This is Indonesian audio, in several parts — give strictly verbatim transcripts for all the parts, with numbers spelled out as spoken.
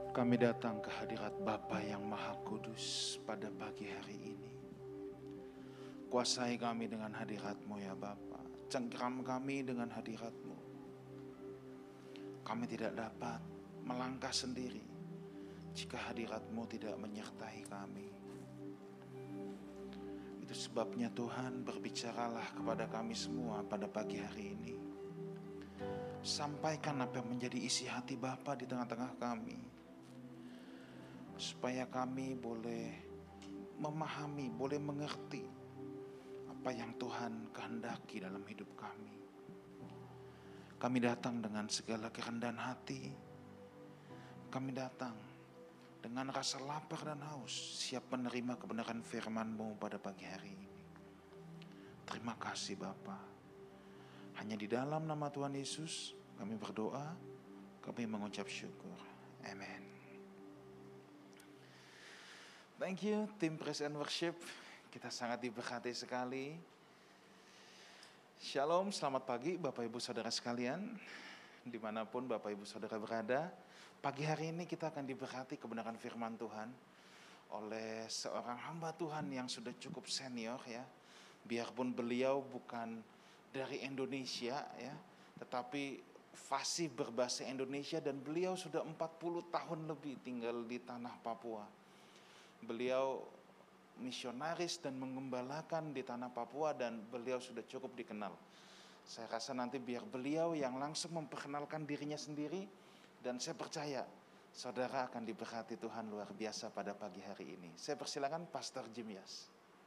Kami datang ke hadirat Bapa yang Maha Kudus pada pagi hari ini. Kuasai kami dengan hadirat-Mu ya Bapa. Cengkram kami dengan hadirat-Mu. Kami tidak dapat melangkah sendiri jika hadirat-Mu tidak menyertai kami. Itu sebabnya Tuhan, berbicaralah kepada kami semua pada pagi hari ini. Sampaikan apa yang menjadi isi hati Bapa di tengah-tengah kami, supaya kami boleh memahami, boleh mengerti apa yang Tuhan kehendaki dalam hidup kami. Kami datang dengan segala kerendahan hati. Kami datang dengan rasa lapar dan haus, siap menerima kebenaran firman-Mu pada pagi hari ini. Terima kasih Bapa. Hanya di dalam nama Tuhan Yesus kami berdoa, kami mengucap syukur. Amin. Thank you tim Praise and Worship. Kita sangat diberkati sekali. Shalom, selamat pagi Bapak Ibu Saudara sekalian, dimanapun Bapak Ibu Saudara berada. Pagi hari ini kita akan diberkati kebenaran firman Tuhan oleh seorang hamba Tuhan yang sudah cukup senior ya. Biarpun beliau bukan dari Indonesia ya, tetapi fasih berbahasa Indonesia, dan beliau sudah empat puluh tahun lebih tinggal di tanah Papua. Beliau misionaris dan mengembalakan di tanah Papua, dan beliau sudah cukup dikenal. Saya rasa nanti biar beliau yang langsung memperkenalkan dirinya sendiri, dan saya percaya saudara akan diberkati Tuhan luar biasa pada pagi hari ini. Saya persilakan Pastor Jim Yas.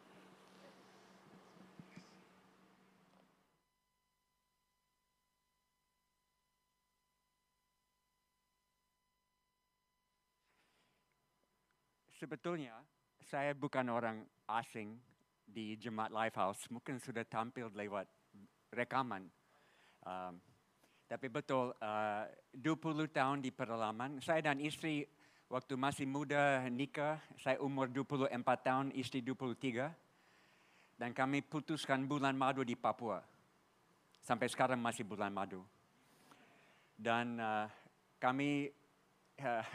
Sebetulnya saya bukan orang asing di Jemaat Lifehouse, mungkin sudah tampil lewat rekaman. Um, tapi betul, uh, dua puluh tahun di pedalaman. Saya dan istri waktu masih muda nikah, saya umur dua puluh empat tahun, istri dua puluh tiga. Dan kami putuskan bulan madu di Papua. Sampai sekarang masih bulan madu. Dan uh, kami uh,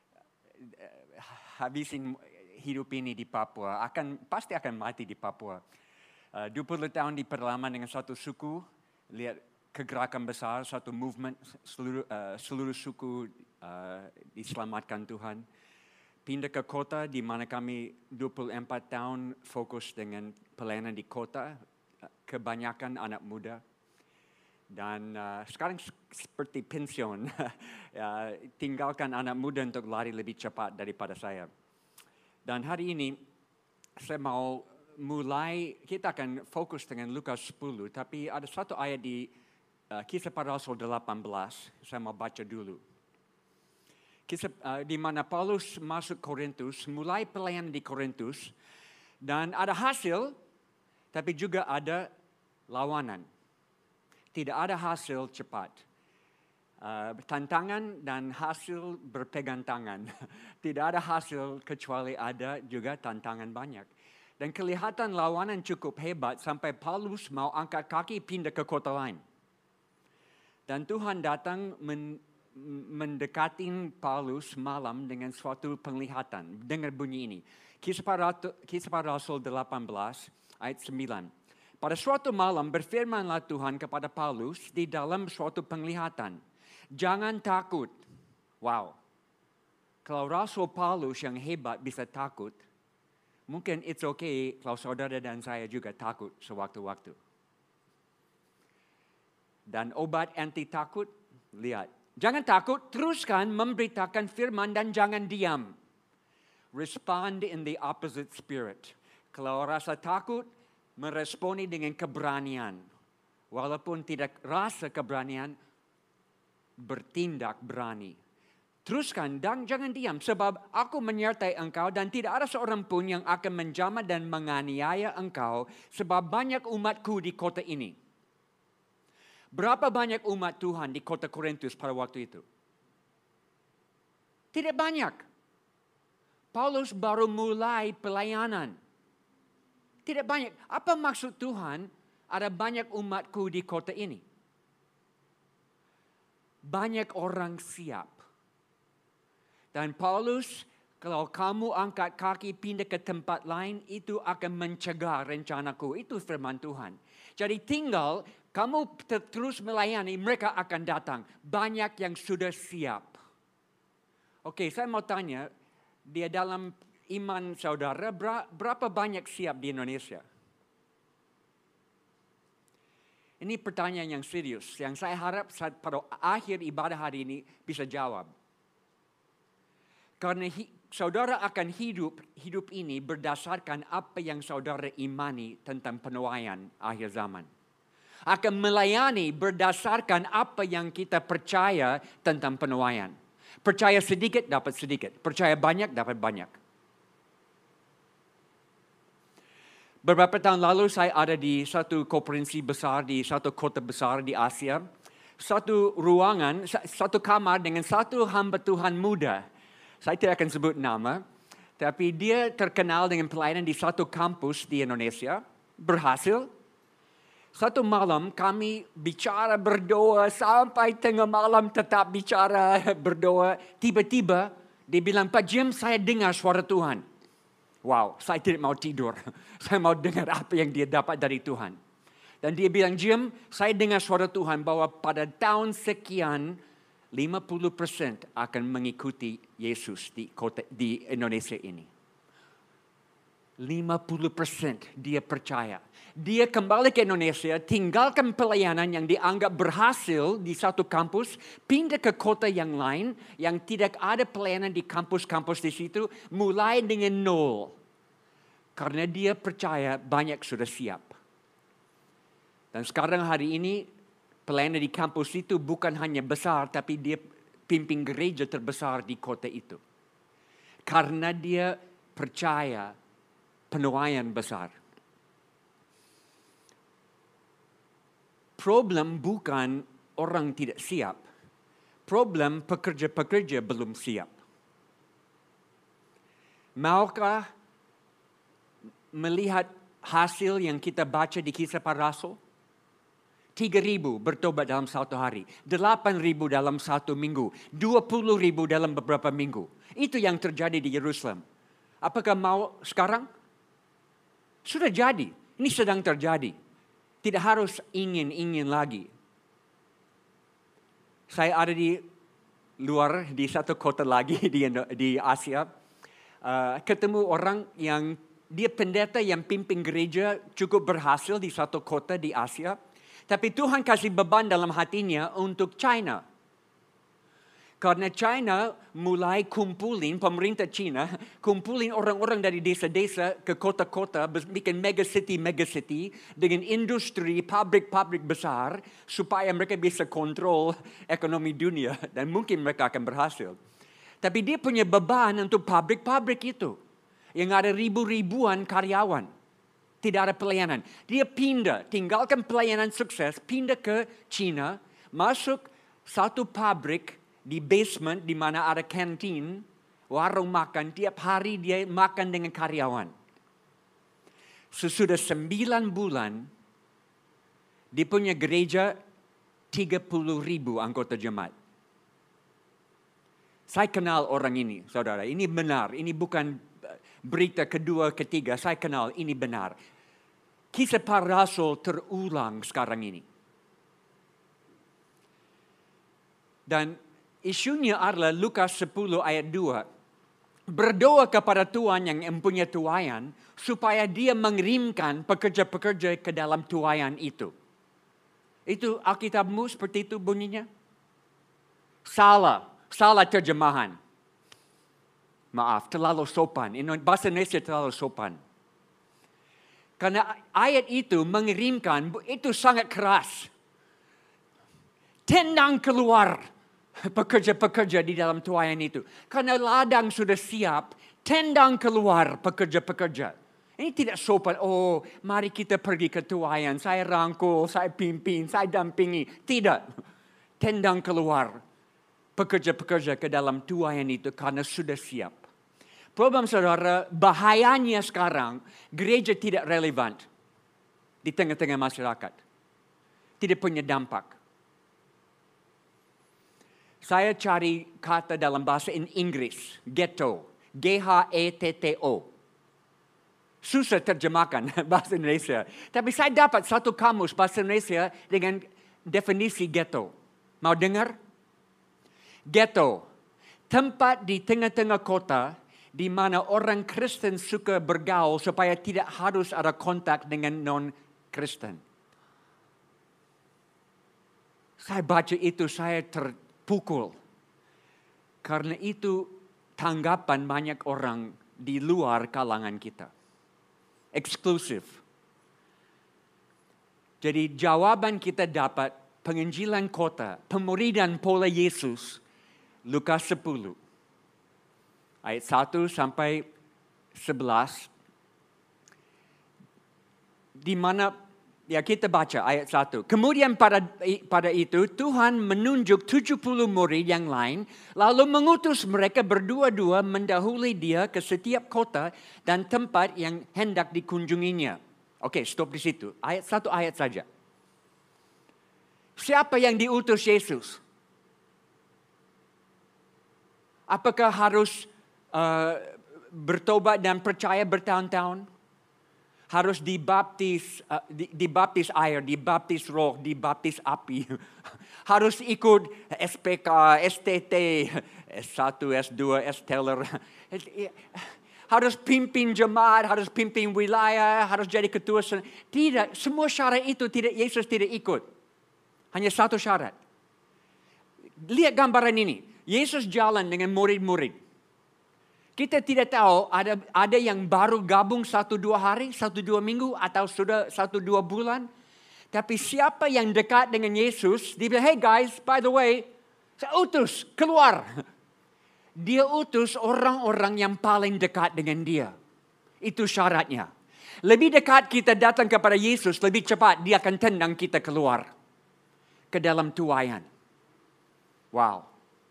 habisin hidup ini di Papua, akan pasti akan mati di Papua. Uh, dua puluh tahun di pedalaman dengan satu suku, lihat kegerakan besar, satu movement, seluruh, uh, seluruh suku uh, diselamatkan Tuhan. Pindah ke kota di mana kami dua puluh empat tahun fokus dengan pelayanan di kota, kebanyakan anak muda. Dan uh, sekarang seperti pensiun, ya, tinggalkan anak muda untuk lari lebih cepat daripada saya. Dan hari ini saya mau mulai, kita akan fokus dengan Lukas sepuluh, tapi ada satu ayat di uh, Kisah Para Rasul delapan belas, saya mau baca dulu. Kisah uh, di mana Paulus masuk Korintus, mulai pelayanan di Korintus, dan ada hasil, tapi juga ada lawanan. Tidak ada hasil cepat. Uh, tantangan dan hasil berpegang tangan. Tidak ada hasil kecuali ada juga tantangan banyak. Dan kelihatan lawanan cukup hebat sampai Paulus mau angkat kaki pindah ke kota lain. Dan Tuhan datang men, mendekati Paulus malam dengan suatu penglihatan. Dengar bunyi ini. Kisah Para, Kisah Para Rasul delapan belas ayat sembilan. Pada suatu malam berfirmanlah Tuhan kepada Paulus di dalam suatu penglihatan. Jangan takut. Wow. Kalau Rasul Paulus yang hebat bisa takut, mungkin it's okay kalau saudara dan saya juga takut sewaktu-waktu. Dan obat anti takut, lihat. Jangan takut, teruskan memberitakan firman dan jangan diam. Respond in the opposite spirit. Kalau rasa takut, meresponi dengan keberanian. Walaupun tidak rasa keberanian, bertindak berani. Teruskan dan jangan diam, sebab aku menyertai engkau dan tidak ada seorang pun yang akan menjamah dan menganiaya engkau, sebab banyak umatku di kota ini. Berapa banyak umat Tuhan di kota Korintus pada waktu itu? Tidak banyak. Paulus baru mulai pelayanan. Tidak banyak. Apa maksud Tuhan ada banyak umatku di kota ini? Banyak orang siap. Dan Paulus, kalau kamu angkat kaki pindah ke tempat lain, itu akan mencegah rencanaku. Itu firman Tuhan. Jadi tinggal kamu terus melayani, mereka akan datang. Banyak yang sudah siap. Oke, saya mau tanya, dia dalam iman saudara, berapa banyak siap di Indonesia? Ini pertanyaan yang serius, yang saya harap saat pada akhir ibadah hari ini bisa jawab. Karena hi, saudara akan hidup hidup ini berdasarkan apa yang saudara imani tentang penuaian akhir zaman. Akan melayani berdasarkan apa yang kita percaya tentang penuaian. Percaya sedikit dapat sedikit, percaya banyak dapat banyak. Beberapa tahun lalu saya ada di satu konferensi besar di satu kota besar di Asia. Satu ruangan, satu kamar dengan satu hamba Tuhan muda. Saya tidak akan sebut nama. Tapi dia terkenal dengan pelayanan di satu kampus di Indonesia. Berhasil. Satu malam kami bicara berdoa sampai tengah malam tetap bicara berdoa. Tiba-tiba dia bilang, Pak Jim, saya dengar suara Tuhan. Wow, saya tidak mau tidur. Saya mau dengar apa yang dia dapat dari Tuhan. Dan dia bilang, Jim, saya dengar suara Tuhan bahwa pada tahun sekian, lima puluh persen akan mengikuti Yesus di kota di Indonesia ini. lima puluh persen dia percaya. Dia kembali ke Indonesia, tinggalkan pelayanan yang dianggap berhasil di satu kampus, pindah ke kota yang lain, yang tidak ada pelayanan di kampus-kampus di situ, mulai dengan nol. Karena dia percaya banyak sudah siap. Dan sekarang hari ini, pelayanan di kampus itu bukan hanya besar, tapi dia pimpin gereja terbesar di kota itu. Karena dia percaya penuaian besar. Problem bukan orang tidak siap. Problem pekerja-pekerja belum siap. Maukah melihat hasil yang kita baca di Kisah Para Rasul? Tiga ribu bertobat dalam satu hari. Delapan ribu dalam satu minggu. Dua puluh ribu dalam beberapa minggu. Itu yang terjadi di Yerusalem. Apakah mau sekarang? Sudah jadi. Ini sedang terjadi. Tidak harus ingin-ingin lagi. Saya ada di luar, di satu kota lagi di, di Asia. Uh, ketemu orang yang, dia pendeta yang pimpin gereja cukup berhasil di satu kota di Asia. Tapi Tuhan kasih beban dalam hatinya untuk China. Karena China mulai kumpulin, pemerintah China, kumpulin orang-orang dari desa-desa ke kota-kota, bikin mega city, mega city, dengan industri, pabrik-pabrik besar, supaya mereka bisa kontrol ekonomi dunia, dan mungkin mereka akan berhasil. Tapi dia punya beban untuk pabrik-pabrik itu, yang ada ribu-ribuan karyawan. Tidak ada pelayanan. Dia pindah, tinggalkan pelayanan sukses, pindah ke China, masuk satu pabrik, di basement di mana ada kantin, warung makan, tiap hari dia makan dengan karyawan. Sesudah sembilan bulan, dia punya gereja tiga puluh ribu anggota jemaat. Saya kenal orang ini, saudara. Ini benar, ini bukan berita kedua, ketiga. Saya kenal, ini benar. Kisah Para Rasul terulang sekarang ini. Dan isunya adalah Lukas sepuluh ayat dua. Berdoa kepada Tuhan yang mempunyai tuaian supaya dia mengirimkan pekerja-pekerja ke dalam tuaian itu. Itu Alkitabmu seperti itu bunyinya? Salah, salah terjemahan. Maaf, terlalu sopan. Bahasa Indonesia terlalu sopan. Karena ayat itu mengirimkan, itu sangat keras. Tendang keluar pekerja-pekerja di dalam tuaian itu. Karena ladang sudah siap, tendang keluar pekerja-pekerja. Ini tidak sopan. Oh, mari kita pergi ke tuaian. Saya rangkul, saya pimpin, saya dampingi. Tidak. Tendang keluar pekerja-pekerja ke dalam tuaian itu karena sudah siap. Problem saudara, bahayanya sekarang, gereja tidak relevan di tengah-tengah masyarakat. Tidak punya dampak. Saya cari kata dalam bahasa Inggris, ghetto, G H E T T O. Susah terjemahkan bahasa Indonesia. Tapi saya dapat satu kamus bahasa Indonesia dengan definisi ghetto. Mau dengar? Ghetto, tempat di tengah-tengah kota di mana orang Kristen suka bergaul supaya tidak harus ada kontak dengan non-Kristen. Saya baca itu, saya terpukul. Karena itu tanggapan banyak orang di luar kalangan kita. Eksklusif. Jadi jawaban kita dapat penginjilan kota, pemuridan pola Yesus, Lukas sepuluh. Ayat satu sampai sebelas. Di mana, ya kita baca ayat satu. Kemudian pada, pada itu Tuhan menunjuk tujuh puluh murid yang lain, lalu mengutus mereka berdua-dua mendahului dia ke setiap kota dan tempat yang hendak dikunjunginya. Oke, stop di situ. Ayat satu ayat saja. Siapa yang diutus Yesus? Apakah harus uh, bertobat dan percaya bertahun-tahun? Harus dibaptis, uh, dibaptis air, dibaptis roh, dibaptis api. Harus ikut S P K, S T T, S satu, S dua, S Teller. Harus pimpin jemaat, harus pimpin wilayah, harus jadi ketua. Tidak, semua syarat itu tidak Yesus tidak ikut. Hanya satu syarat. Lihat gambaran ini. Yesus jalan dengan murid-murid. Kita tidak tahu ada ada yang baru gabung satu dua hari, satu dua minggu, atau sudah satu dua bulan. Tapi siapa yang dekat dengan Yesus, dia bilang, hey guys, by the way, saya utus, keluar. Dia utus orang-orang yang paling dekat dengan dia. Itu syaratnya. Lebih dekat kita datang kepada Yesus, lebih cepat dia akan tendang kita keluar ke dalam tuaian. Wow.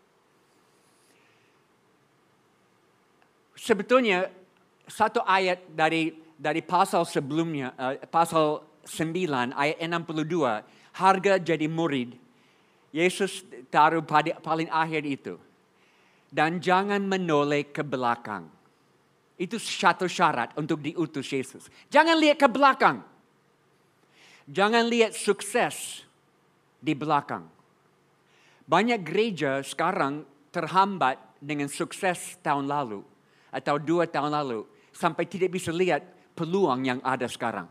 Sebetulnya satu ayat dari dari pasal sebelumnya, uh, pasal sembilan ayat enam puluh dua, harga jadi murid. Yesus taruh pada paling akhir itu. Dan jangan menoleh ke belakang. Itu satu syarat untuk diutus Yesus. Jangan lihat ke belakang. Jangan lihat sukses di belakang. Banyak gereja sekarang terhambat dengan sukses tahun lalu atau dua tahun lalu sampai tidak bisa lihat peluang yang ada sekarang.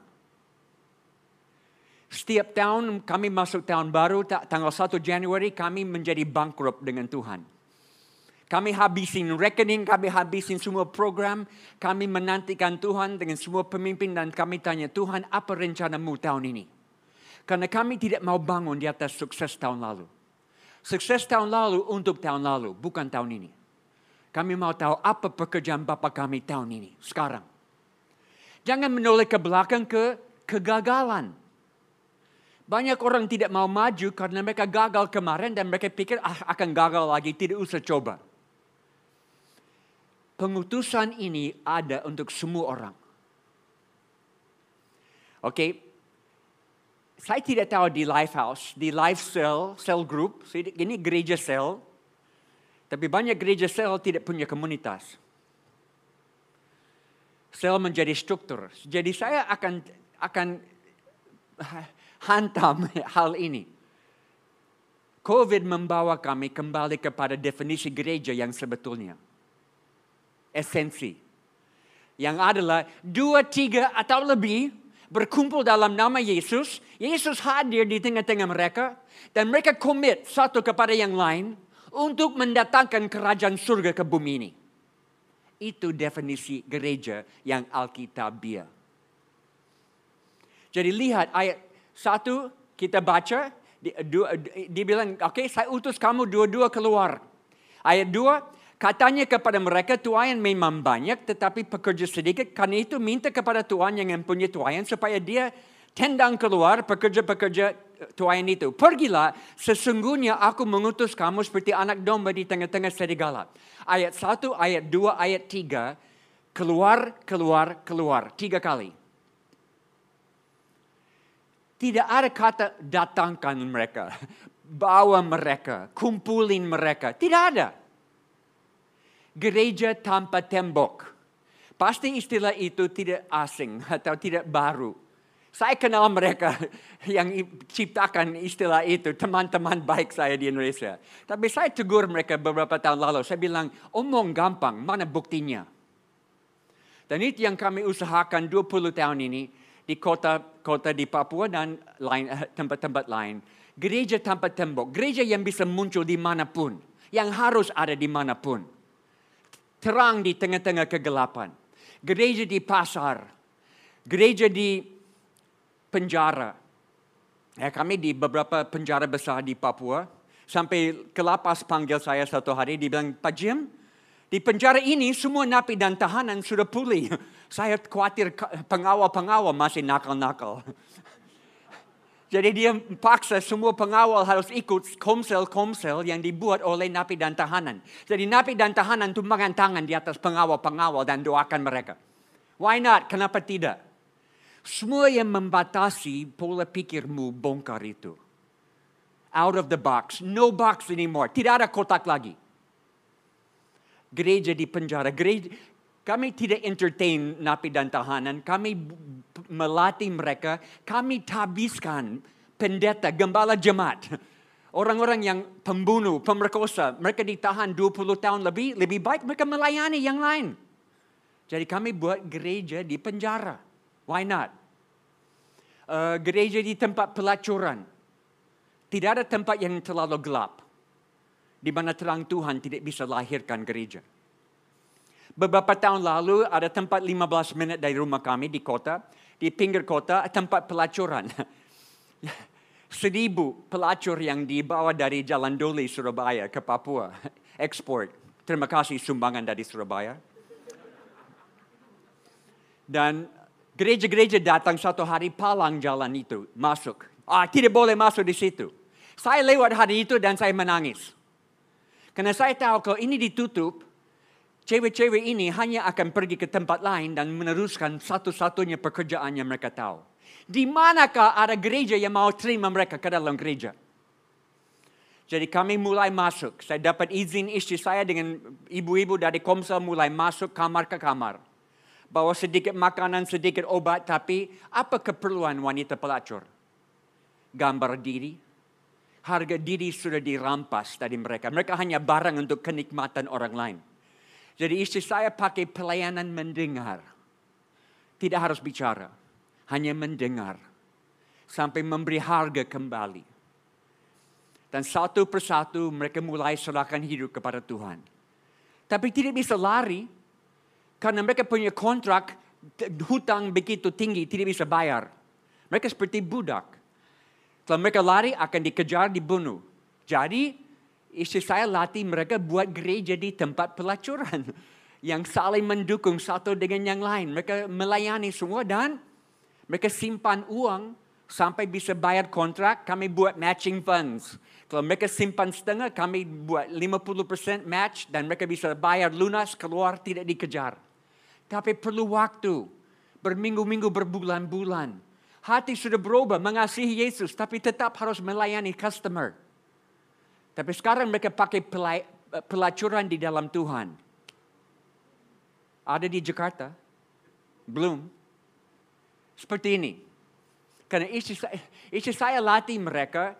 Setiap tahun kami masuk tahun baru, tanggal satu Januari kami menjadi bankrupt dengan Tuhan. Kami habisin rekening, kami habisin semua program, kami menantikan Tuhan dengan semua pemimpin dan kami tanya, Tuhan apa rencanamu tahun ini? Karena kami tidak mau bangun di atas sukses tahun lalu. Sukses tahun lalu untuk tahun lalu, bukan tahun ini. Kami mau tahu apa pekerjaan Bapa kami tahun ini, sekarang. Jangan menoleh ke belakang ke kegagalan. Banyak orang tidak mau maju karena mereka gagal kemarin dan mereka pikir ah, akan gagal lagi, tidak usah coba. Pengutusan ini ada untuk semua orang. Oke. Okay. Saya tidak tahu di Lifehouse, di Life Cell, Cell Group, ini gereja sel, tapi banyak gereja sel tidak punya komunitas. Sel menjadi struktur. Jadi saya akan akan hantam hal ini. COVID membawa kami kembali kepada definisi gereja yang sebetulnya. Esensi. Yang adalah dua, tiga atau lebih berkumpul dalam nama Yesus. Yesus hadir di tengah-tengah mereka. Dan mereka komit satu kepada yang lain untuk mendatangkan kerajaan surga ke bumi ini. Itu definisi gereja yang Alkitabiah. Jadi lihat ayat satu kita baca. Dia bilang, oke okay, saya utus kamu dua-dua keluar. Ayat dua, katanya kepada mereka, tuaian memang banyak tetapi pekerja sedikit. Karena itu minta kepada Tuhan yang mempunyai tuaian supaya dia tendang keluar pekerja-pekerja tuaian itu. Pergilah, sesungguhnya aku mengutus kamu seperti anak domba di tengah-tengah serigala. Ayat satu, ayat dua, ayat tiga. Keluar, keluar, keluar. Tiga kali. Tidak ada kata datangkan mereka. bawa mereka, kumpulin mereka. Tidak ada. Gereja tanpa tembok. Pasti istilah itu tidak asing atau tidak baru. Saya kenal mereka yang ciptakan istilah itu, teman-teman baik saya di Indonesia. Tapi saya tegur mereka beberapa tahun lalu. Saya bilang, omong gampang, mana buktinya? Dan itu yang kami usahakan dua puluh tahun ini di kota-kota di Papua dan lain, tempat-tempat lain. Gereja tanpa tembok, gereja yang bisa muncul dimanapun, yang harus ada dimanapun. Terang di tengah-tengah kegelapan. Gereja di pasar, gereja di penjara. Ya, kami di beberapa penjara besar di Papua. Sampai ke lapas panggil saya satu hari. Dia bilang, Pak Jim, di penjara ini semua napi dan tahanan sudah pulih. Saya khawatir pengawal-pengawal masih nakal-nakal. Jadi dia paksa semua pengawal harus ikut komsel-komsel yang dibuat oleh napi dan tahanan. Jadi napi dan tahanan tumpangan tangan di atas pengawal-pengawal dan doakan mereka. Why not? Kenapa tidak? Semua yang membatasi pola pikirmu bongkar itu. Out of the box. No box anymore. Tidak ada kotak lagi. Gereja di penjara. Gereja, kami tidak entertain napi dan tahanan. Kami melatih mereka. Kami tabiskan pendeta, gembala jemaat. Orang-orang yang pembunuh, pemerkosa. Mereka ditahan dua puluh tahun lebih. Lebih baik mereka melayani yang lain. Jadi kami buat gereja di penjara. Why not? Uh, gereja di tempat pelacuran. Tidak ada tempat yang terlalu gelap. Di mana terang Tuhan tidak bisa lahirkan gereja. Beberapa tahun lalu ada tempat lima belas menit dari rumah kami di kota. Di pinggir kota tempat pelacuran. Seribu pelacur yang dibawa dari Jalan Doli, Surabaya ke Papua. Ekspor. Terima kasih sumbangan dari Surabaya. Dan gereja-gereja datang satu hari palang jalan itu, masuk. Ah, tidak boleh masuk di situ. Saya lewat hari itu dan saya menangis. Karena saya tahu kalau ini ditutup, cewek-cewek ini hanya akan pergi ke tempat lain dan meneruskan satu-satunya pekerjaan yang mereka tahu. Di manakah ada gereja yang mau terima mereka ke dalam gereja? Jadi kami mulai masuk. Saya dapat izin istri saya dengan ibu-ibu dari Komsel mulai masuk kamar ke kamar. Bawa sedikit makanan, sedikit obat, tapi apa keperluan wanita pelacur? Gambar diri. Harga diri sudah dirampas dari mereka. Mereka hanya barang untuk kenikmatan orang lain. Jadi istri saya pakai pelayanan mendengar. Tidak harus bicara. Hanya mendengar. Sampai memberi harga kembali. Dan satu persatu mereka mulai serahkan hidup kepada Tuhan. Tapi tidak bisa lari. Karena mereka punya kontrak, hutang begitu tinggi, tidak bisa bayar. Mereka seperti budak. Kalau mereka lari, akan dikejar, dibunuh. Jadi, istri saya latih mereka buat gereja di tempat pelacuran. Yang saling mendukung satu dengan yang lain. Mereka melayani semua dan mereka simpan uang sampai bisa bayar kontrak. Kami buat matching funds. Kalau mereka simpan setengah, kami buat lima puluh persen match dan mereka bisa bayar lunas, keluar, tidak dikejar. Tapi perlu waktu. Berminggu-minggu, berbulan-bulan. Hati sudah berubah mengasihi Yesus. Tapi tetap harus melayani customer. Tapi sekarang mereka pakai pelacuran di dalam Tuhan. Ada di Jakarta? Belum. Seperti ini. Karena istri saya, istri saya latih mereka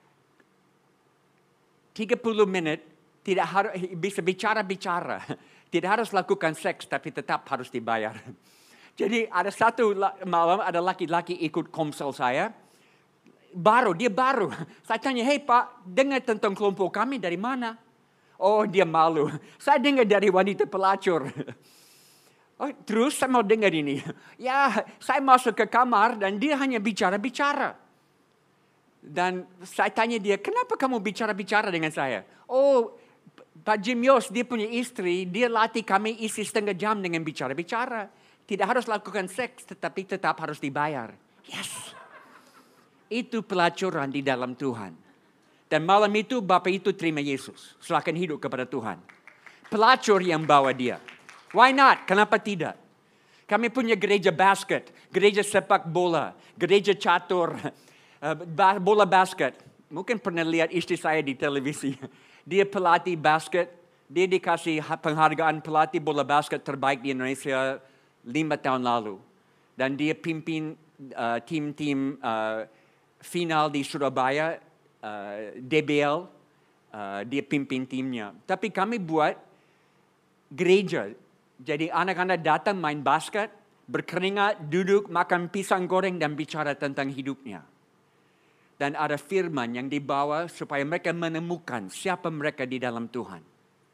tiga puluh menit tidak harus bisa bicara-bicara. Tidak harus lakukan seks, tapi tetap harus dibayar. Jadi ada satu malam, ada laki-laki ikut komsel saya. Baru, dia baru. Saya tanya, hei Pak, dengar tentang kelompok kami dari mana? Oh, dia malu. Saya dengar dari wanita pelacur. Oh, terus saya mau dengar ini. Ya, saya masuk ke kamar dan dia hanya bicara-bicara. Dan saya tanya dia, kenapa kamu bicara-bicara dengan saya? Oh, Pak Jim Yos, dia punya istri, dia latih kami isi setengah jam dengan bicara-bicara. Tidak harus lakukan seks, tetapi tetap harus dibayar. Yes. Itu pelacuran di dalam Tuhan. Dan malam itu Bapak itu terima Yesus. Serahkan hidup kepada Tuhan. Pelacur yang bawa dia. Why not? Kenapa tidak? Kami punya gereja basket, gereja sepak bola, gereja catur, bola basket. mungkin pernah lihat istri saya di televisi. Dia pelatih basket. Dia dikasih penghargaan pelatih bola basket terbaik di Indonesia lima tahun lalu. Dan dia pimpin uh, tim-tim uh, final di Surabaya, uh, D B L. Uh, dia pimpin timnya. Tapi kami buat gereja. Jadi anak-anak datang main basket, berkeringat, duduk, makan pisang goreng dan bicara tentang hidupnya. Dan ada firman yang dibawa supaya mereka menemukan siapa mereka di dalam Tuhan.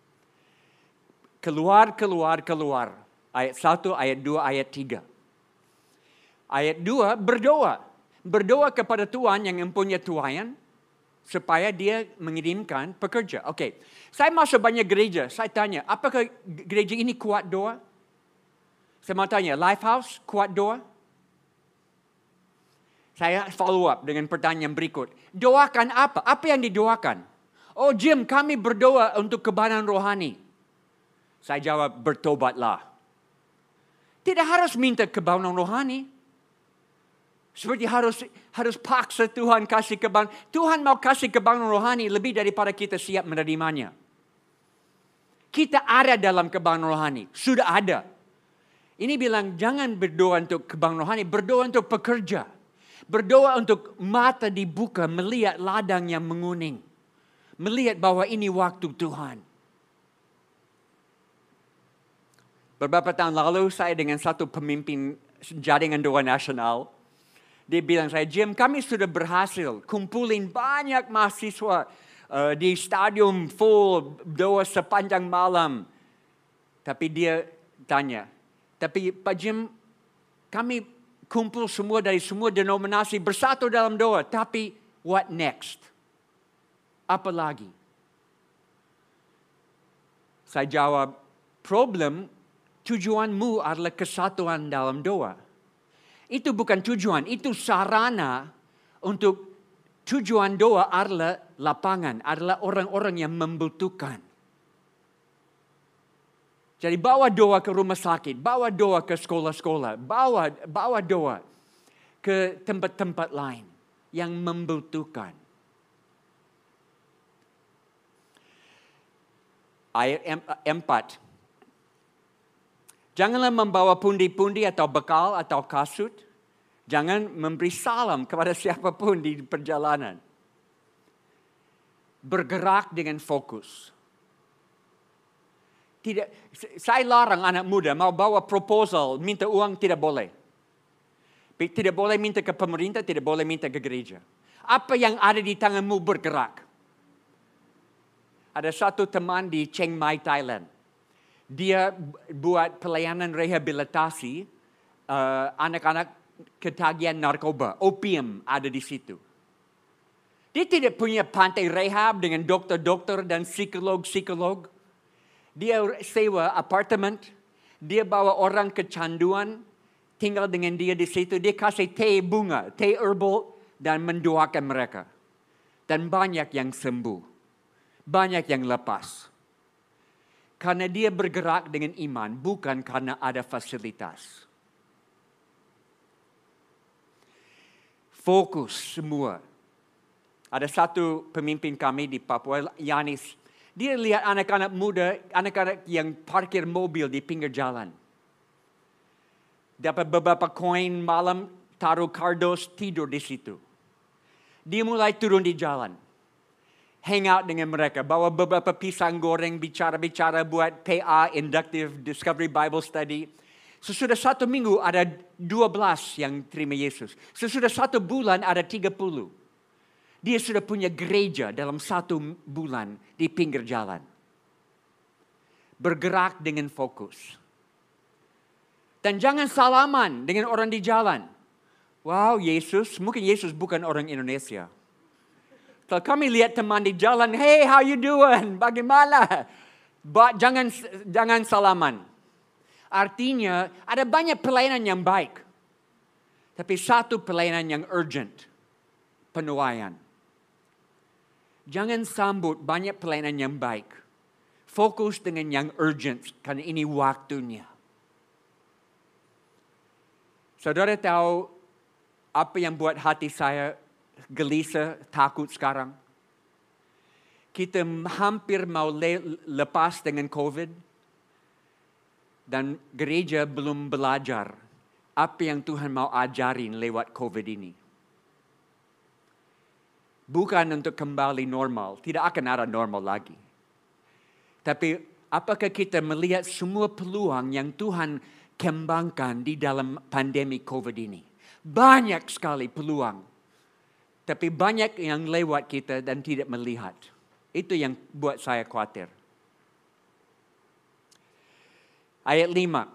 Keluar, keluar, keluar. Ayat satu, ayat dua, ayat tiga. Ayat dua, berdoa. Berdoa kepada Tuhan yang mempunyai tuayan supaya dia mengirimkan pekerja. Oke, okay. Saya masuk banyak gereja. Saya tanya, apakah gereja ini kuat doa? Saya mau tanya, Lifehouse kuat doa? Saya follow up dengan pertanyaan berikut. Doakan apa? Apa yang didoakan? Oh Jim, kami berdoa untuk kebenaran rohani. Saya jawab, bertobatlah. Tidak harus minta kebenaran rohani. Seperti harus harus paksa Tuhan kasih kebenaran. Tuhan mau kasih kebenaran rohani lebih daripada kita siap menerimanya. Kita ada dalam kebenaran rohani. Sudah ada. Ini bilang jangan berdoa untuk kebenaran rohani. Berdoa untuk pekerja. Berdoa untuk mata dibuka, melihat ladang yang menguning. Melihat bahwa ini waktu Tuhan. Beberapa tahun lalu saya dengan satu pemimpin jaringan doa nasional. Dia bilang saya, Jim, kami sudah berhasil kumpulin banyak mahasiswa uh, di stadium full doa sepanjang malam. Tapi dia tanya, tapi Pak Jim, kami kumpul semua dari semua denominasi bersatu dalam doa. Tapi what next? Apa lagi? Saya jawab, problem tujuanmu adalah kesatuan dalam doa. Itu bukan tujuan, itu sarana untuk tujuan doa adalah lapangan, adalah orang-orang yang membutuhkan. Jadi bawa doa ke rumah sakit, bawa doa ke sekolah-sekolah, bawa bawa doa ke tempat-tempat lain yang membutuhkan. Ayat empat. Janganlah membawa pundi-pundi atau bekal atau kasut. Jangan memberi salam kepada siapapun di perjalanan. Bergerak dengan fokus. Tidak, saya larang anak muda mau bawa proposal, minta uang, tidak boleh. Tidak boleh minta ke pemerintah, tidak boleh minta ke gereja. Apa yang ada di tanganmu bergerak. Ada satu teman di Chiang Mai, Thailand. Dia buat pelayanan rehabilitasi uh, anak-anak ketagihan narkoba, opium ada di situ. Dia tidak punya pantai rehab dengan dokter-dokter dan psikolog-psikolog. Dia sewa apartemen, dia bawa orang kecanduan, tinggal dengan dia di situ. Dia kasih teh bunga, teh herbal dan mendoakan mereka. Dan banyak yang sembuh, banyak yang lepas. Karena dia bergerak dengan iman, bukan karena ada fasilitas. Fokus semua. Ada satu pemimpin kami di Papua, Yanis. Dia lihat anak-anak muda, anak-anak yang parkir mobil di pinggir jalan. Dapat beberapa koin malam, taruh kardos, tidur di situ. Dia mulai turun di jalan. Hang out dengan mereka, bawa beberapa pisang goreng, bicara-bicara buat P A, Inductive Discovery Bible Study. Sesudah satu minggu ada dua belas yang terima Yesus. Sesudah satu bulan ada tiga puluh. Dia sudah punya gereja dalam satu bulan di pinggir jalan. Bergerak dengan fokus. Dan jangan salaman dengan orang di jalan. Wow, Yesus, mungkin Yesus bukan orang Indonesia. Kalau kami lihat teman di jalan, hey, how you doing? Bagaimana? But jangan jangan salaman. Artinya ada banyak pelayanan yang baik. Tapi satu pelayanan yang urgent. Penuaian. Jangan sambut banyak pelayanan yang baik. Fokus dengan yang urgent. Karena ini waktunya. Saudara tahu apa yang buat hati saya gelisah, takut sekarang. Kita hampir mau le- lepas dengan COVID. Dan gereja belum belajar apa yang Tuhan mau ajarin lewat COVID ini. Bukan untuk kembali normal, tidak akan ada normal lagi. Tapi apakah kita melihat semua peluang yang Tuhan kembangkan di dalam pandemi COVID ini? Banyak sekali peluang. Tapi banyak yang lewat kita dan tidak melihat. Itu yang buat saya khawatir. Ayat lima.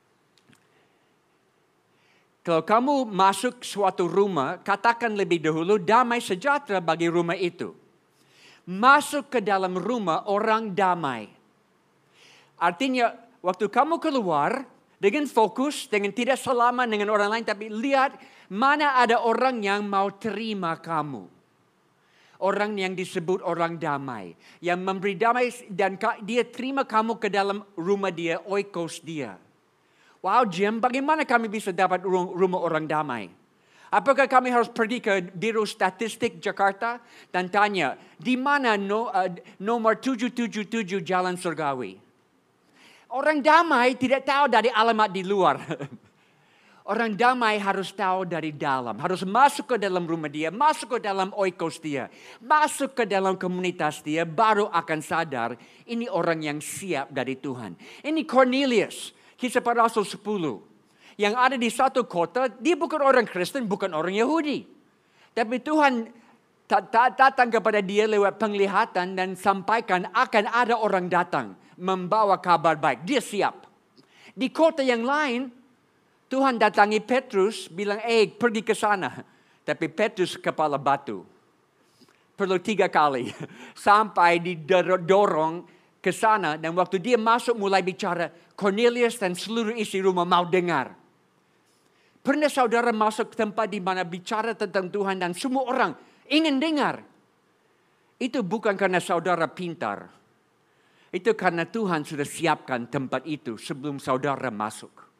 Kalau kamu masuk suatu rumah, katakan lebih dahulu damai sejahtera bagi rumah itu. Masuk ke dalam rumah orang damai. Artinya waktu kamu keluar dengan fokus, dengan tidak selama dengan orang lain, tapi lihat mana ada orang yang mau terima kamu. Orang yang disebut orang damai. Yang memberi damai dan dia terima kamu ke dalam rumah dia, oikos dia. Wow Jim, bagaimana kami bisa dapat rumah orang damai? Apakah kami harus pergi ke Biro Statistik Jakarta dan tanya, di mana no, uh, nomor tujuh tujuh tujuh Jalan Surgawi? Orang damai tidak tahu dari alamat di luar. Orang damai harus tahu dari dalam. Harus masuk ke dalam rumah dia. Masuk ke dalam oikos dia. Masuk ke dalam komunitas dia. Baru akan sadar ini orang yang siap dari Tuhan. Ini Cornelius. Kisah Para Rasul sepuluh. Yang ada di satu kota. Dia bukan orang Kristen. Bukan orang Yahudi. Tapi Tuhan datang kepada dia lewat penglihatan. Dan sampaikan akan ada orang datang. Membawa kabar baik. Dia siap. Di kota yang lain. Tuhan datangi Petrus, bilang, eh pergi ke sana. Tapi Petrus kepala batu. Perlu tiga kali. Sampai didorong ke sana. Dan waktu dia masuk mulai bicara, Cornelius dan seluruh isi rumah mau dengar. Pernah saudara masuk ke tempat di mana bicara tentang Tuhan dan semua orang ingin dengar. Itu bukan karena saudara pintar. Itu karena Tuhan sudah siapkan tempat itu sebelum saudara masuk.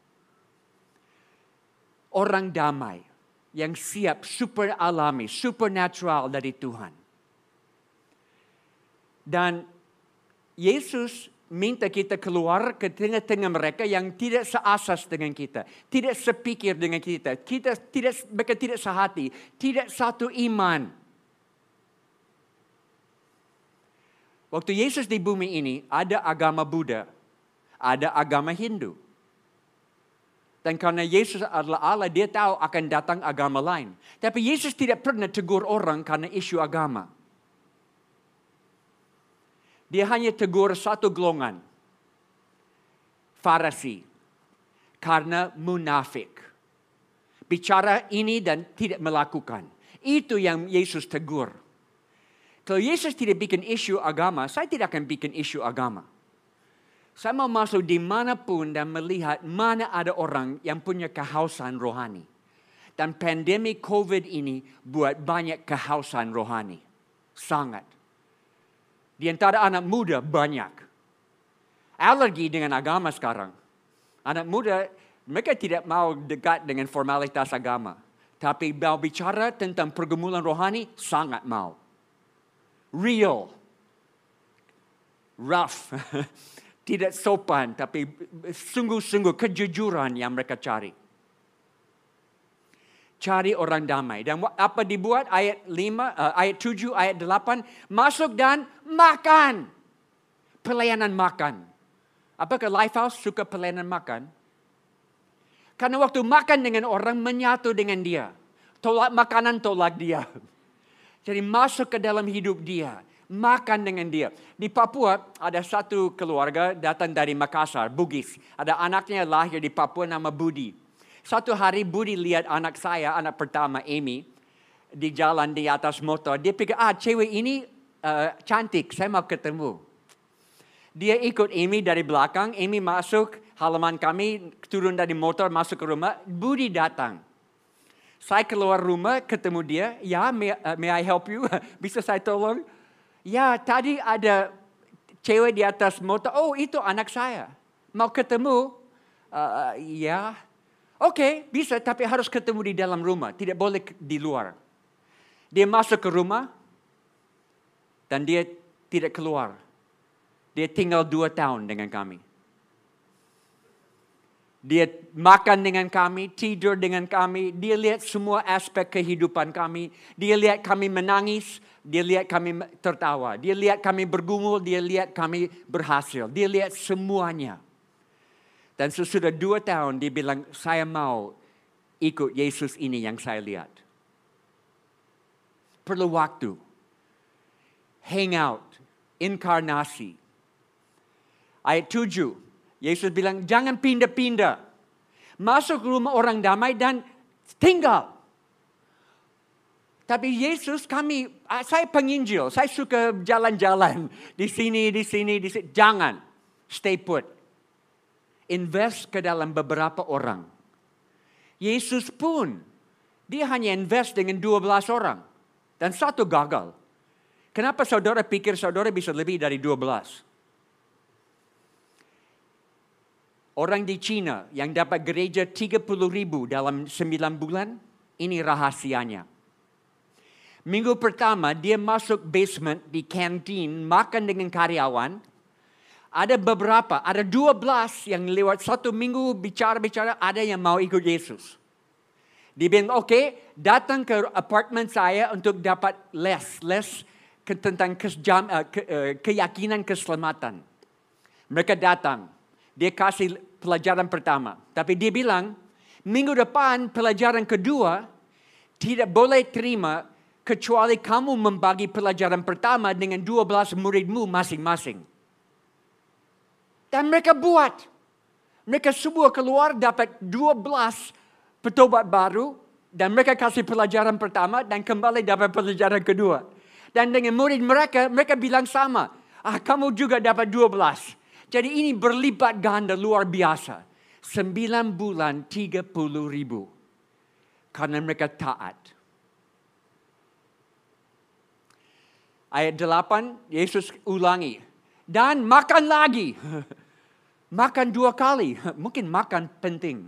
Orang damai yang siap super alami, supernatural dari Tuhan. Dan Yesus minta kita keluar ke tengah-tengah mereka yang tidak seasas dengan kita. Tidak sepikir dengan kita. Kita tidak, mereka tidak sehati. Tidak satu iman. Waktu Yesus di bumi ini, ada agama Buddha. Ada agama Hindu. Dan karena Yesus adalah Allah, dia tahu akan datang agama lain. Tapi Yesus tidak pernah tegur orang karena isu agama. Dia hanya tegur satu golongan. Farisi. Karena munafik. Bicara ini dan tidak melakukan. Itu yang Yesus tegur. Kalau Yesus tidak bikin isu agama, saya tidak akan bikin isu agama. Saya mau masuk dimanapun dan melihat mana ada orang yang punya kehausan rohani. Dan pandemi COVID ini buat banyak kehausan rohani. Sangat. Di antara anak muda banyak. Alergi dengan agama sekarang. Anak muda, mereka tidak mau dekat dengan formalitas agama. Tapi mau bicara tentang pergumulan rohani, sangat mau. Real. Rough. Tidak sopan, tapi sungguh-sungguh kejujuran yang mereka cari. Cari orang damai. Dan apa dibuat? Ayat lima, uh, ayat tujuh, ayat delapan. Masuk dan makan. Pelayanan makan. Apakah Lifehouse suka pelayanan makan? Karena waktu makan dengan orang, menyatu dengan dia. Tolak makanan, tolak dia. Jadi masuk ke dalam hidup dia. Makan dengan dia. Di Papua ada satu keluarga datang dari Makassar, Bugis. Ada anaknya lahir di Papua nama Budi. Satu hari Budi lihat anak saya, anak pertama Amy, di jalan di atas motor. Dia pikir, ah cewek ini uh, cantik, saya mau ketemu. Dia ikut Amy dari belakang, Amy masuk halaman kami, turun dari motor, masuk ke rumah. Budi datang. Saya keluar rumah, ketemu dia. Ya, may, uh, may I help you? Bisa saya tolong? Ya, tadi ada cewek di atas motor. Oh, itu anak saya. Mau ketemu? Uh, ya. Oke, okay, bisa. Tapi harus ketemu di dalam rumah. Tidak boleh di luar. Dia masuk ke rumah dan dia tidak keluar. Dia tinggal dua tahun dengan kami. Dia makan dengan kami, tidur dengan kami. Dia lihat semua aspek kehidupan kami. Dia lihat kami menangis. Dia lihat kami tertawa. Dia lihat kami bergumul. Dia lihat kami berhasil. Dia lihat semuanya. Dan sesudah dua tahun dia bilang, saya mau ikut Yesus ini yang saya lihat. Perlu waktu. Hangout. Inkarnasi. Ayat tujuh. Yesus bilang, jangan pindah-pindah. Masuk rumah orang damai dan tinggal. Tapi Yesus kami, saya penginjil. Saya suka jalan-jalan. Di sini, di sini, di sini. Jangan. Stay put. Invest ke dalam beberapa orang. Yesus pun, dia hanya invest dengan dua belas orang. Dan satu gagal. Kenapa saudara pikir saudara bisa lebih dari dua belas? Orang di China yang dapat gereja tiga puluh ribu dalam sembilan bulan, ini rahasianya. Minggu pertama dia masuk basement di kantin, makan dengan karyawan. Ada beberapa, ada dua belas yang lewat satu minggu bicara-bicara, ada yang mau ikut Yesus. Dia bilang, oke, okay, datang ke apartemen saya untuk dapat les, les ke, tentang kesjam, uh, ke, uh, keyakinan keselamatan. Mereka datang. Dia kasih pelajaran pertama. Tapi dia bilang, minggu depan pelajaran kedua tidak boleh terima kecuali kamu membagi pelajaran pertama dengan dua belas muridmu masing-masing. Dan mereka buat. Mereka semua keluar dapat dua belas petobat baru. Dan mereka kasih pelajaran pertama dan kembali dapat pelajaran kedua. Dan dengan murid mereka, mereka bilang sama. Ah, kamu juga dapat dua belas. Jadi ini berlipat ganda luar biasa. Sembilan bulan tiga puluh ribu. Karena mereka taat. Ayat delapan, Yesus ulangi. Dan makan lagi. Makan dua kali. Mungkin makan penting.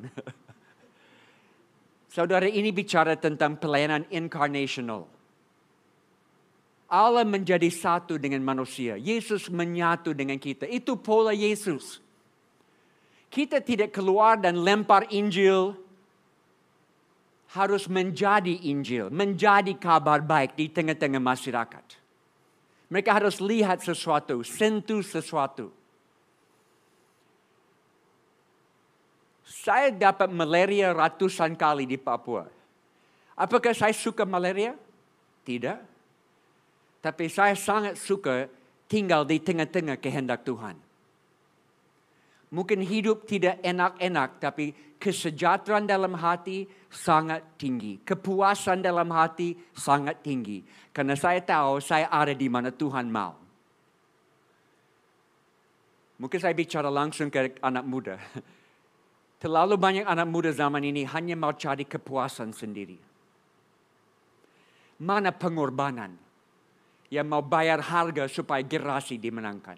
Saudara, ini bicara tentang pelayanan incarnational. Allah menjadi satu dengan manusia. Yesus menyatu dengan kita. Itu pola Yesus. Kita tidak keluar dan lempar Injil. Harus menjadi Injil. Menjadi kabar baik di tengah-tengah masyarakat. Mereka harus lihat sesuatu. Sentuh sesuatu. Saya dapat malaria ratusan kali di Papua. Apakah saya suka malaria? Tidak. Tapi saya sangat suka tinggal di tengah-tengah kehendak Tuhan. Mungkin hidup tidak enak-enak, tapi kesejahteraan dalam hati sangat tinggi. Kepuasan dalam hati sangat tinggi. Karena saya tahu saya ada di mana Tuhan mau. Mungkin saya bicara langsung ke anak muda. Terlalu banyak anak muda zaman ini hanya mau cari kepuasan sendiri. Mana pengorbanan? Yang mau bayar harga supaya generasi dimenangkan.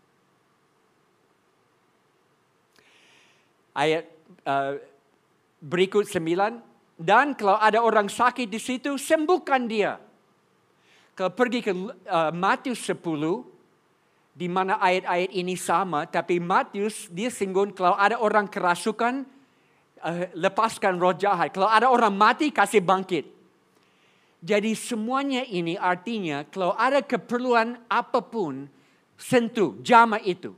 Ayat uh, berikut sembilan. Dan kalau ada orang sakit di situ, sembuhkan dia. Kalau pergi ke uh, Matius sepuluh, di mana ayat-ayat ini sama, tapi Matius dia singgung kalau ada orang kerasukan, uh, lepaskan roh jahat. Kalau ada orang mati, kasih bangkit. Jadi semuanya ini artinya kalau ada keperluan apapun, sentuh, jamah itu.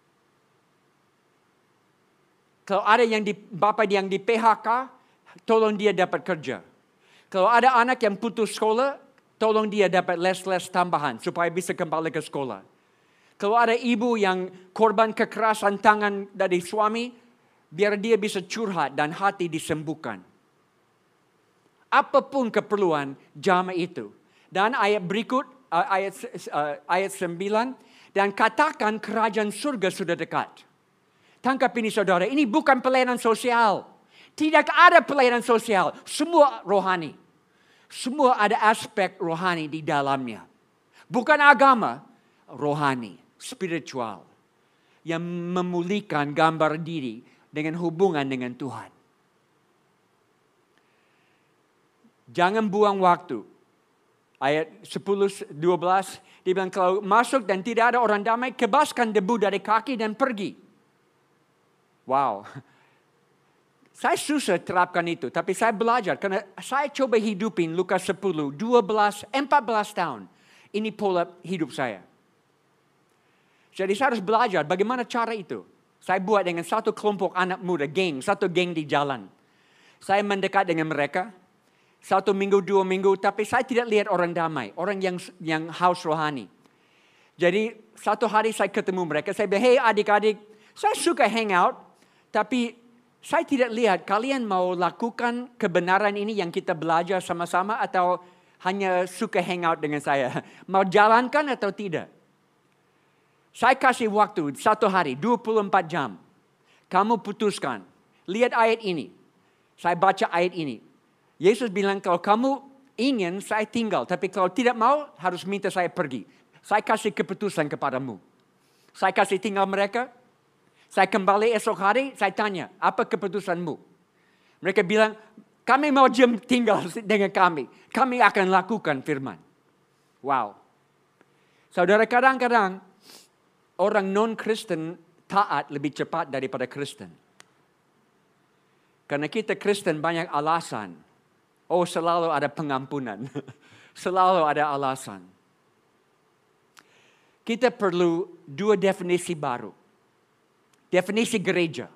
Kalau ada yang di, bapak yang di P H K, tolong dia dapat kerja. Kalau ada anak yang putus sekolah, tolong dia dapat les-les tambahan supaya bisa kembali ke sekolah. Kalau ada ibu yang korban kekerasan tangan dari suami, biar dia bisa curhat dan hati disembuhkan. Apapun keperluan jamaah itu. Dan ayat berikut, ayat ayat sembilan. Dan katakan kerajaan surga sudah dekat. Tangkap ini saudara, ini bukan pelayanan sosial. Tidak ada pelayanan sosial. Semua rohani. Semua ada aspek rohani di dalamnya. Bukan agama, rohani, spiritual. Yang memulihkan gambar diri dengan hubungan dengan Tuhan. Jangan buang waktu. Ayat sepuluh, dua belas, dia bilang kalau masuk dan tidak ada orang damai, kebaskan debu dari kaki dan pergi. Wow. Saya susah terapkan itu, tapi saya belajar karena saya coba hidupin Lukas sepuluh, dua belas, empat belas tahun. Ini pola hidup saya. Jadi saya harus belajar bagaimana cara itu. Saya buat dengan satu kelompok anak muda, geng, satu geng di jalan. Saya mendekat dengan mereka. Satu minggu, dua minggu, tapi saya tidak lihat orang damai, orang yang yang haus rohani. Jadi satu hari saya ketemu mereka, saya bilang, hey adik-adik, saya suka hangout, tapi saya tidak lihat kalian mau lakukan kebenaran ini yang kita belajar sama-sama atau hanya suka hangout dengan saya. Mau jalankan atau tidak? Saya kasih waktu satu hari, dua puluh empat jam. Kamu putuskan, lihat ayat ini. Saya baca ayat ini. Yesus bilang kalau kamu ingin saya tinggal, tapi kalau tidak mau harus minta saya pergi. Saya kasih keputusan kepadamu. Saya kasih tinggal mereka. Saya kembali esok hari, saya tanya, apa keputusanmu? Mereka bilang, kami mau jam tinggal dengan kami. Kami akan lakukan firman. Wow. Saudara, kadang-kadang orang non-Kristen taat lebih cepat daripada Kristen. Karena kita Kristen banyak alasan. Oh, selalu ada pengampunan. Selalu ada alasan. Kita perlu dua definisi baru. Definisi gereja.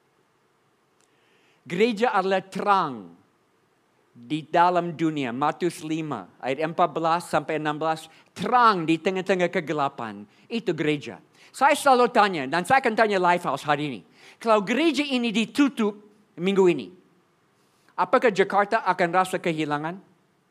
Gereja adalah terang di dalam dunia. Matius lima ayat empat belas sampai enam belas. Terang di tengah-tengah kegelapan. Itu gereja. Saya selalu tanya, dan saya akan tanya Lifehouse hari ini. Kalau gereja ini ditutup minggu ini, apakah Jakarta akan rasa kehilangan?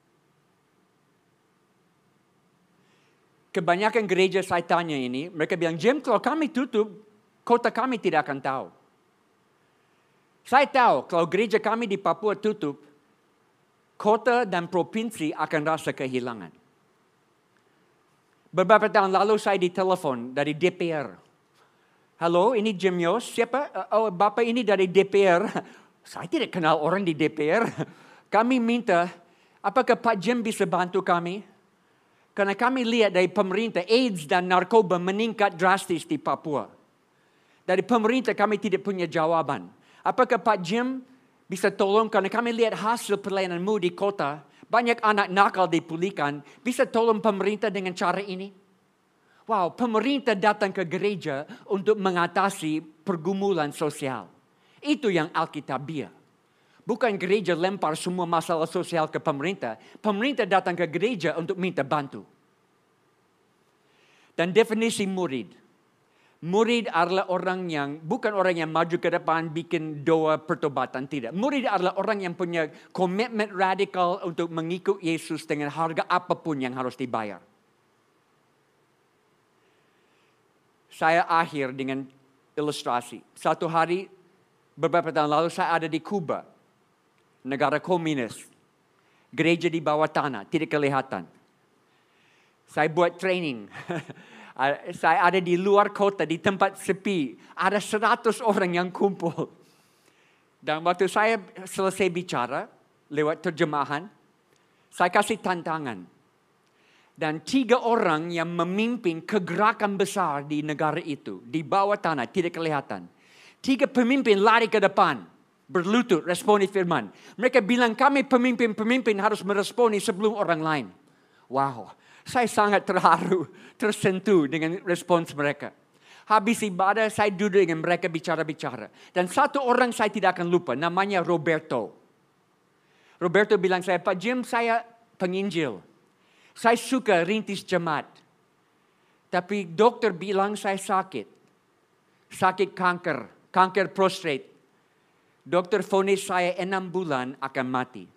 Kebanyakan gereja saya tanya ini, mereka bilang, Jim, kalau kami tutup, kota kami tidak akan tahu. Saya tahu kalau gereja kami di Papua tutup, kota dan provinsi akan rasa kehilangan. Beberapa tahun lalu saya ditelepon dari D P R. Halo, ini Jim Yos, siapa? Oh, Bapak ini dari D P R. Saya tidak kenal orang di D P R. Kami minta, apakah Pak Jim bisa bantu kami? Karena kami lihat dari pemerintah, AIDS dan narkoba meningkat drastis di Papua. Dari pemerintah kami tidak punya jawaban. Apakah Pak Jim bisa tolong? Karena kami lihat hasil pelayananmu di kota, banyak anak nakal dipulihkan. Bisa tolong pemerintah dengan cara ini? Wow, pemerintah datang ke gereja untuk mengatasi pergumulan sosial. Itu yang Alkitabiah. Bukan gereja lempar semua masalah sosial ke pemerintah. Pemerintah datang ke gereja untuk minta bantu. Dan definisi murid. Murid adalah orang yang, bukan orang yang maju ke depan bikin doa pertobatan, tidak. Murid adalah orang yang punya komitmen radikal untuk mengikut Yesus dengan harga apapun yang harus dibayar. Saya akhir dengan ilustrasi. Satu hari, beberapa tahun lalu saya ada di Kuba, negara komunis. Gereja di bawah tanah, tidak kelihatan. Saya buat training. Saya ada di luar kota, di tempat sepi. Ada seratus orang yang kumpul. Dan waktu saya selesai bicara, lewat terjemahan, saya kasih tantangan. Dan tiga orang yang memimpin kegerakan besar di negara itu. Di bawah tanah, tidak kelihatan. Tiga pemimpin lari ke depan. Berlutut, responi firman. Mereka bilang kami pemimpin-pemimpin harus meresponi sebelum orang lain. Wow, saya sangat terharu, tersentuh dengan respons mereka. Habis ibadah, saya duduk dengan mereka bicara-bicara. Dan satu orang saya tidak akan lupa, namanya Roberto. Roberto bilang saya, Pak Jim, saya penginjil. Saya suka rintis jemaat. Tapi dokter bilang saya sakit. Sakit kanker, kanker prostat. Dokter vonis saya enam bulan akan mati.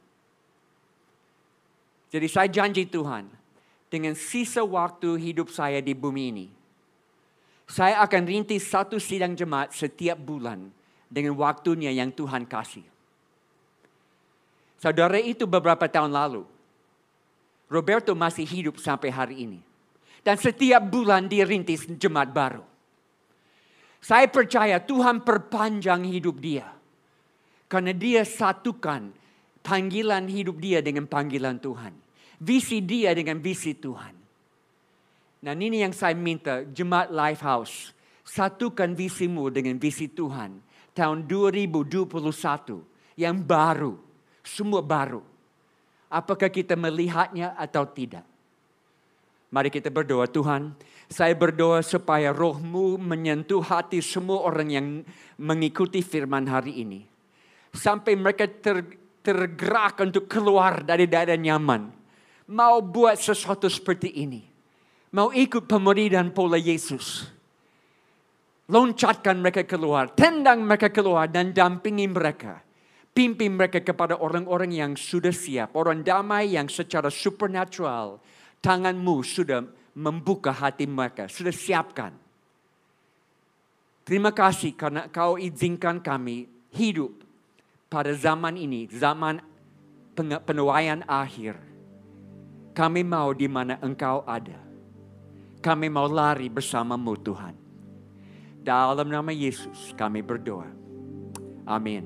Jadi saya janji Tuhan, dengan sisa waktu hidup saya di bumi ini, saya akan rintis satu sidang jemaat setiap bulan dengan waktunya yang Tuhan kasih. Saudara, itu beberapa tahun lalu. Roberto masih hidup sampai hari ini. Dan setiap bulan dia rintis jemaat baru. Saya percaya Tuhan perpanjang hidup dia. Karena dia satukan panggilan hidup dia dengan panggilan Tuhan. visi dia dengan visi Tuhan. Nah ini yang saya minta, Jemaat Lifehouse, satukan visimu dengan visi Tuhan. Tahun dua ribu dua puluh satu, yang baru, semua baru. Apakah kita melihatnya atau tidak? Mari kita berdoa, Tuhan, saya berdoa supaya roh-Mu menyentuh hati semua orang yang mengikuti firman hari ini. Sampai mereka ter, tergerak untuk keluar dari daerah nyaman. Mau buat sesuatu seperti ini. Mau ikut pemuridan pola Yesus. Loncatkan mereka keluar, tendang mereka keluar dan dampingi mereka. Pimpin mereka kepada orang-orang yang sudah siap. Orang damai yang secara supernatural. Tangan-Mu sudah membuka hati mereka, sudah siapkan. Terima kasih karena Kau izinkan kami hidup pada zaman ini, zaman penuaian akhir. Kami mau di mana Engkau ada. Kami mau lari bersama-Mu Tuhan. Dalam nama Yesus kami berdoa. Amin.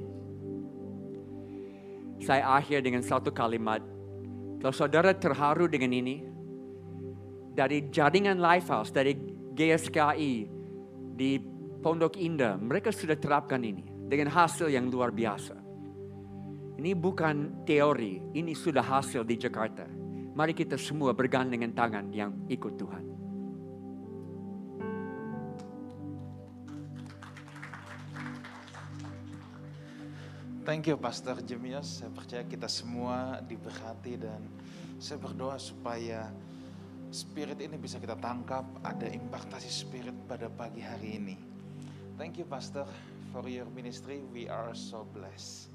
Saya akhir dengan satu kalimat. Kalau saudara terharu dengan ini, dari jaringan Lifehouse, dari G S K I di Pondok Indah, mereka sudah terapkan ini dengan hasil yang luar biasa. Ini bukan teori, ini sudah hasil di Jakarta. Mari kita semua bergandengan tangan yang ikut Tuhan. Thank you Pastor Jemios. Saya percaya kita semua diberkati dan saya berdoa supaya Spirit ini bisa kita tangkap, ada impartasi Spirit pada pagi hari ini. Thank you Pastor for your ministry, we are so blessed.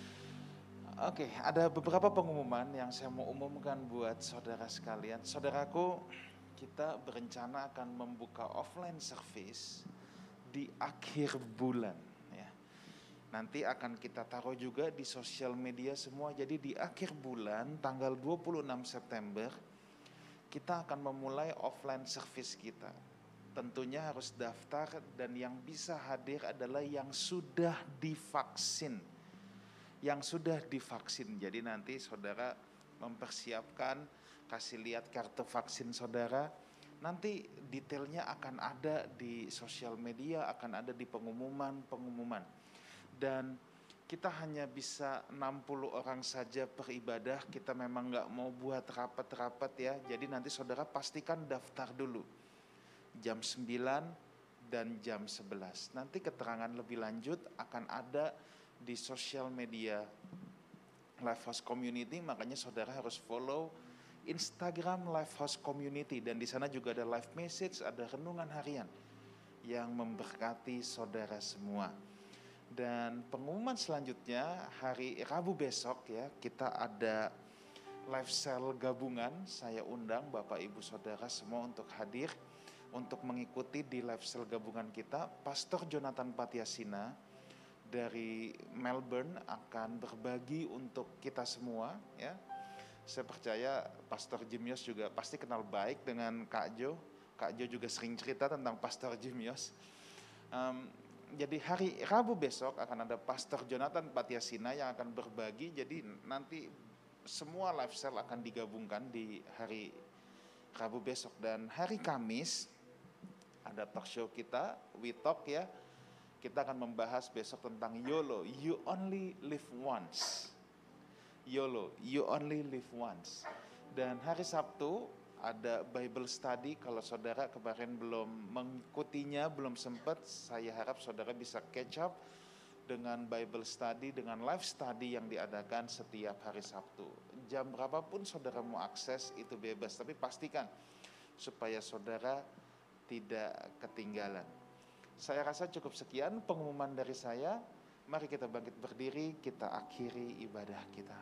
Oke, okay, ada beberapa pengumuman yang saya mau umumkan buat saudara sekalian. Saudaraku, kita berencana akan membuka offline service di akhir bulan. Ya. Nanti akan kita taruh juga di sosial media semua, jadi di akhir bulan tanggal dua puluh enam September, kita akan memulai offline service kita. Tentunya harus daftar dan yang bisa hadir adalah yang sudah divaksin. Yang sudah divaksin. Jadi nanti saudara mempersiapkan, kasih lihat kartu vaksin saudara. Nanti detailnya akan ada di sosial media, akan ada di pengumuman-pengumuman. Dan kita hanya bisa enam puluh orang saja per ibadah, kita memang nggak mau buat rapat-rapat ya. Jadi nanti saudara pastikan daftar dulu. Jam sembilan dan jam sebelas. Nanti keterangan lebih lanjut akan ada di sosial media Lifehouse Community, makanya saudara harus follow Instagram Lifehouse Community. Dan di sana juga ada live message, ada renungan harian yang memberkati saudara semua. Dan pengumuman selanjutnya hari Rabu besok ya, kita ada live cell gabungan. Saya undang Bapak Ibu Saudara semua untuk hadir untuk mengikuti di live cell gabungan kita. Pastor Jonathan Patiasina dari Melbourne akan berbagi untuk kita semua ya. Saya percaya Pastor Jemios juga pasti kenal baik dengan Kak Jo. Kak Jo juga sering cerita tentang Pastor Jemios. Um, Jadi hari Rabu besok akan ada Pastor Jonathan Patiasina yang akan berbagi. Jadi nanti semua live cell akan digabungkan di hari Rabu besok. Dan hari Kamis ada talk show kita, We Talk ya. Kita akan membahas besok tentang YOLO, You Only Live Once. YOLO, You Only Live Once. Dan hari Sabtu ada Bible study. Kalau saudara kemarin belum mengikutinya, belum sempat, saya harap saudara bisa catch up dengan Bible study, dengan live study yang diadakan setiap hari Sabtu. Jam berapapun saudara mau akses itu bebas, tapi pastikan supaya saudara tidak ketinggalan. Saya rasa cukup sekian pengumuman dari saya. Mari kita bangkit berdiri, kita akhiri ibadah kita.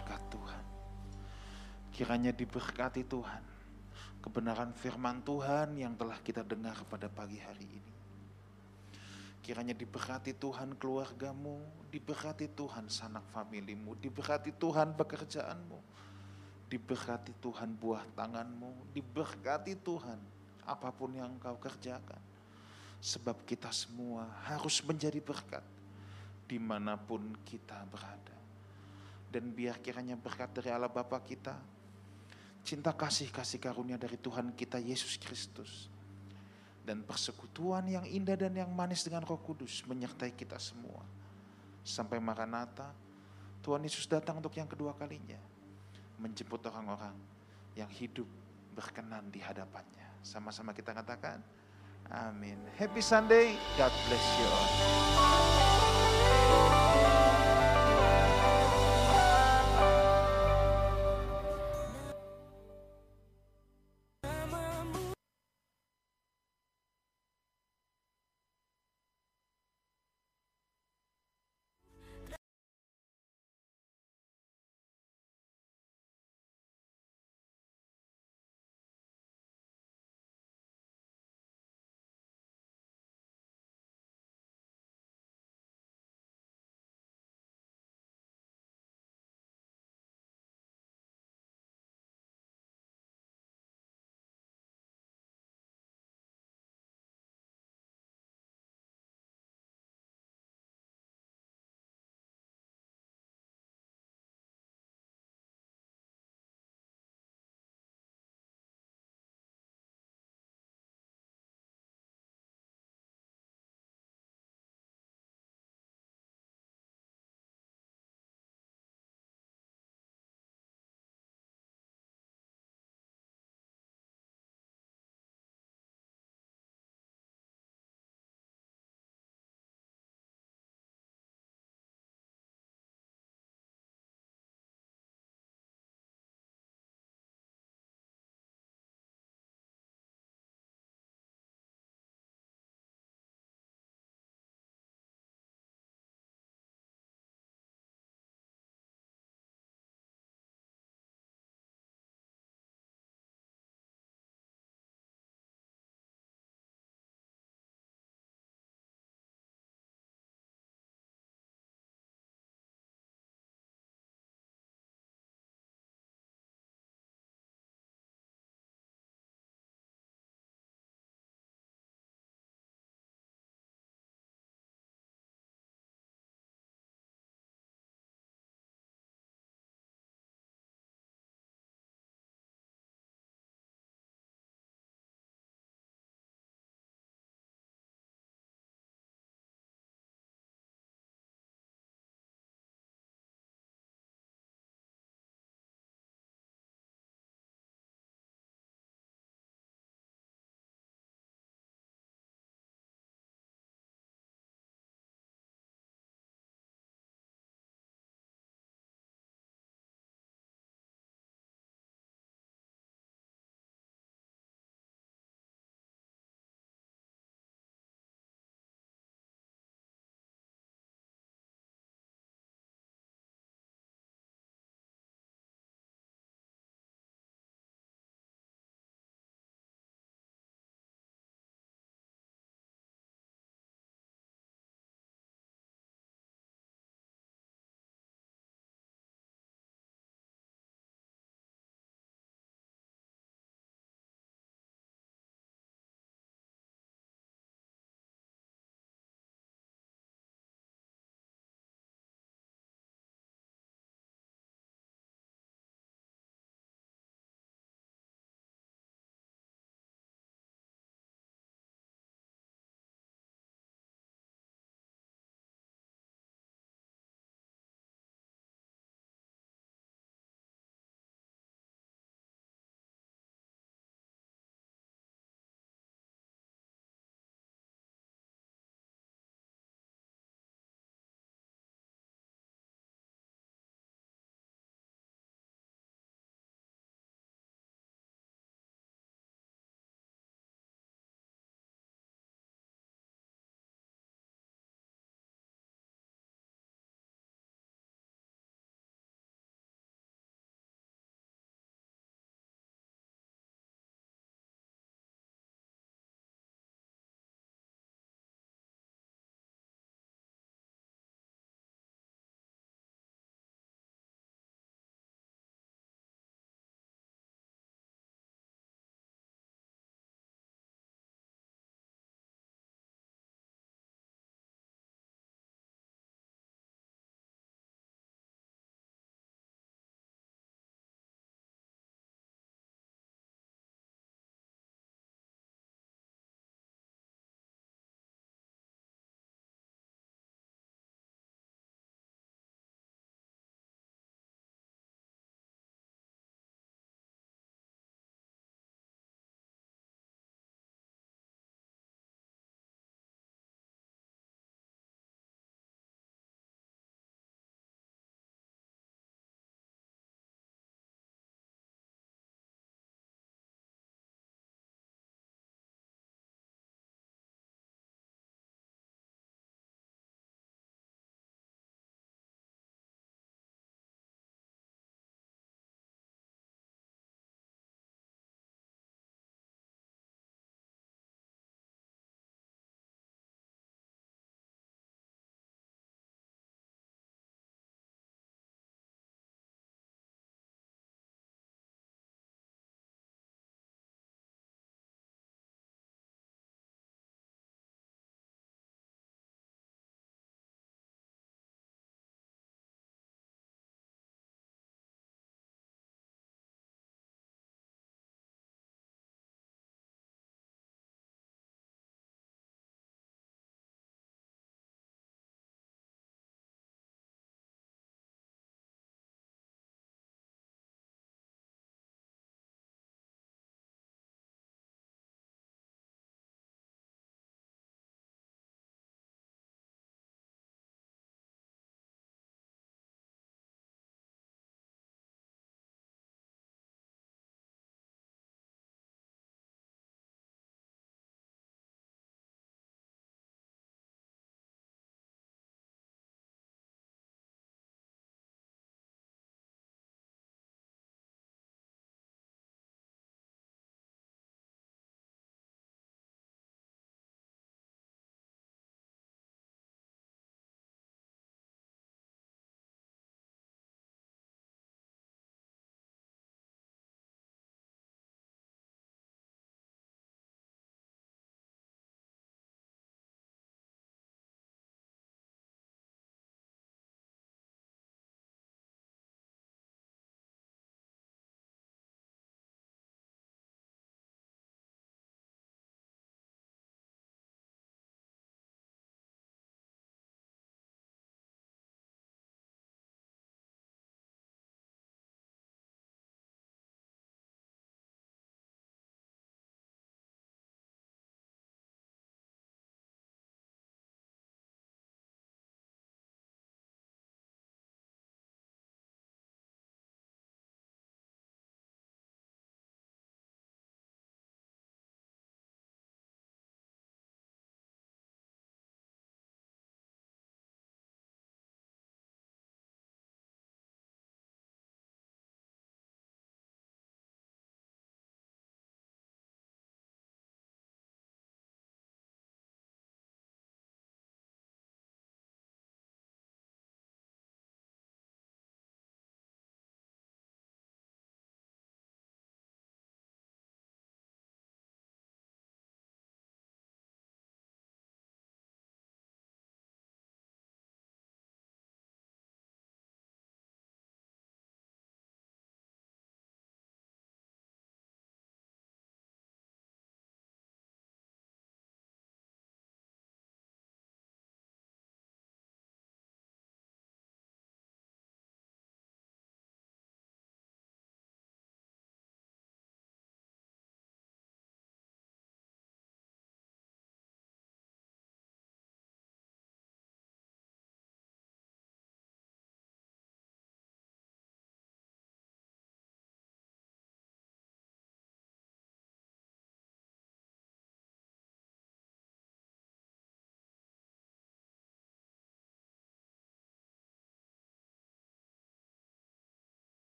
berkat Tuhan. Kiranya diberkati Tuhan kebenaran firman Tuhan yang telah kita dengar pada pagi hari ini. Kiranya diberkati Tuhan keluargamu, diberkati Tuhan sanak familimu, diberkati Tuhan pekerjaanmu, diberkati Tuhan buah tanganmu, diberkati Tuhan apapun yang kau kerjakan. Sebab kita semua harus menjadi berkat dimanapun kita berada. Dan biar kiranya berkat dari Allah Bapa kita, cinta kasih kasih karunia dari Tuhan kita Yesus Kristus, dan persekutuan yang indah dan yang manis dengan Roh Kudus menyertai kita semua. Sampai Maranatha, Tuhan Yesus datang untuk yang kedua kalinya, menjemput orang-orang yang hidup berkenan di hadapannya. Sama-sama kita katakan, amin. Happy Sunday, God bless you all.